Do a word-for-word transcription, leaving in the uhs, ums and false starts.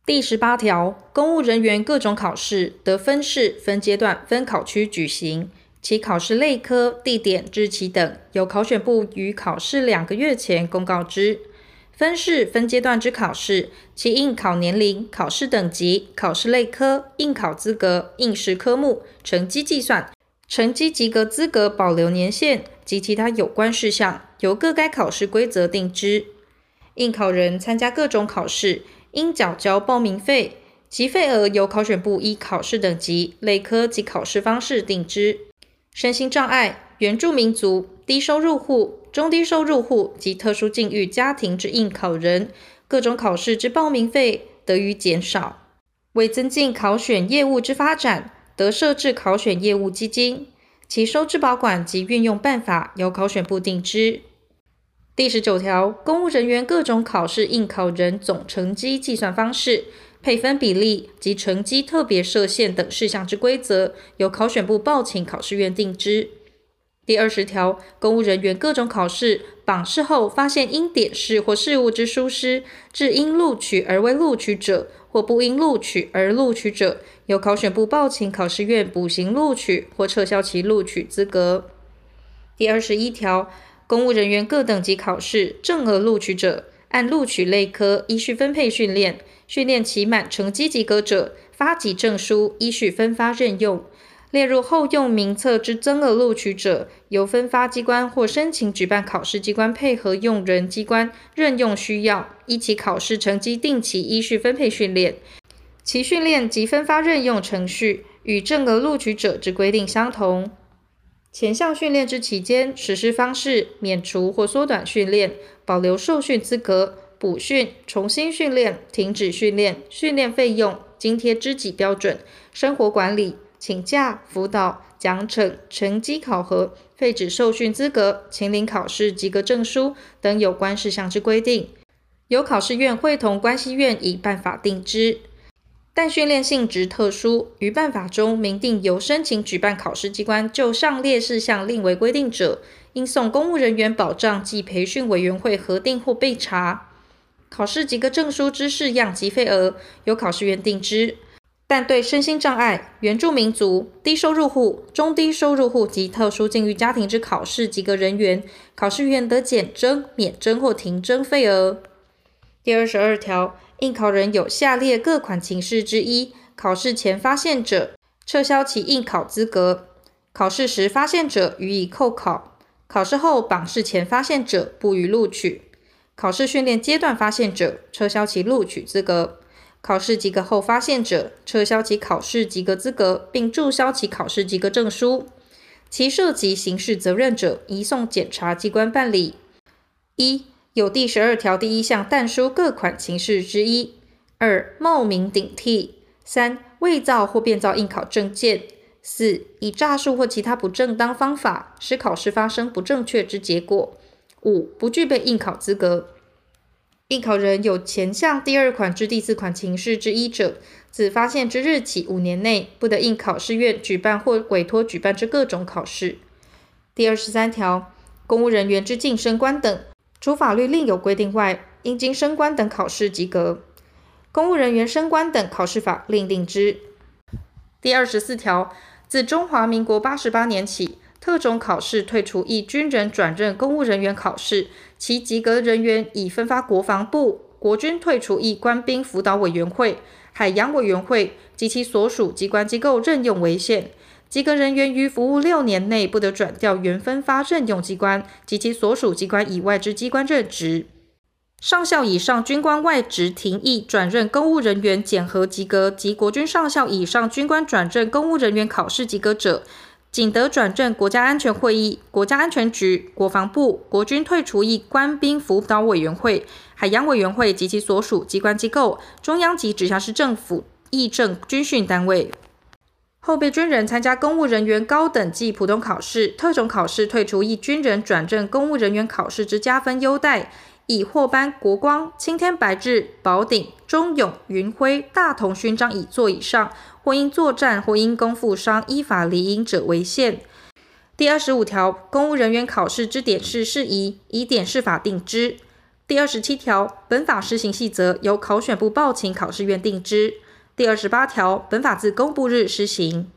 第十八条，公务人员各种考试得分试、分阶段、分考区举行，其考试类科、地点、日期等，由考选部于考试两个月前公告之。分试、分阶段之考试，其应考年龄、考试等级、考试类科、应考资格、应试科目、成绩计算、成绩及格资格保留年限及其他有关事项，由各该考试规则定之。应考人参加各种考试，应缴交报名费，其费额由考选部依考试等级、类科及考试方式定之。身心障碍、原住民族、低收入户、中低收入户及特殊境遇家庭之应考人，各种考试之报名费得予减少。为增进考选业务之发展，得设置考选业务基金，其收支保管及运用办法由考选部定之。第十九条，公务人员各种考试应考人总成绩计算方式、配分比例及成绩特别设限等事项之规则，由考选部报请考试院定之。第二十条，公务人员各种考试榜试后发现因点式或事务之疏失，致因录取而未录取者，或不因录取而录取者，由考选部报请考试院补行录取或撤销其录取资格。第二十一条，公务人员各等级考试正额录取者，按录取类科依序分配训练，训练期满成绩及格者，发给证书，依序分发任用。列入后用名册之增额录取者，由分发机关或申请举办考试机关配合用人机关任用需要，依其考试成绩定期依序分配训练，其训练及分发任用程序与正额录取者之规定相同。前项训练之期间，实施方式免除或缩短训练，保留受训资格，补训、重新训练、停止训练、训练费用、津贴支给标准、生活管理、请假、辅导、奖惩、成绩考核、废止受训资格、请领考试及格证书等有关事项之规定，由考试院会同关系院以办法定之。但训练性质特殊，于办法中明定由申请举办考试机关就上列事项另为规定者，应送公务人员保障及培训委员会核定或备查。考试及格证书之式样及费额，由考试院定之。但对身心障碍、原住民族、低收入户、中低收入户及特殊境遇家庭之考试及格人员，考试院得减征、免征或停征费额。第二十二条，应考人有下列各款情事之一，考试前发现者，撤销其应考资格；考试时发现者，予以扣考；考试后榜试前发现者，不予录取；考试训练阶段发现者，撤销其录取资格；考试及格后发现者，撤销其考试及格资格，并注销其考试及格证书。其涉及刑事责任者，移送检察机关办理。一、有第十二条第一项但书各款情事之一；二、冒名顶替；三、伪造或变造应考证件；四、以诈术或其他不正当方法，使考试发生不正确之结果；五、不具备应考资格。应考人有前项第二款之第四款情事之一者，自发现之日起五年内，不得应考试院举办或委托举办之各种考试。第二十三条，公务人员之晋升官等，除法律另有规定外，应经升官等考试及格。公务人员升官等考试法另定之。第二十四条，自中华民国八十八年起，特种考试退除役军人转任公务人员考试，其及格人员以分发国防部、国军退除役官兵辅导委员会、海洋委员会及其所属机关机构任用为限。及格人员于服务六年内不得转调原分发任用机关及其所属机关以外之机关任职。上校以上军官外职停役转任公务人员检核及格及国军上校以上军官转任公务人员考试及格者，仅得转任国家安全会议、国家安全局、国防部、国军退除役官兵辅导委员会、海洋委员会及其所属机关机构、中央及直辖市政府议政军训单位。后备军人参加公务人员高等级普通考试、特种考试退除役军人转任公务人员考试之加分优待，以获颁国光、青天白日、宝鼎、忠勇、云辉、大同勋章以座以上，或因作战或因公负伤依法离营者为限。第二十五条，公务人员考试之点式事宜，以点式法定之。 第二十七条，本法施行细则由考选部报请考试院定之。第二十八条，本法自公布日施行。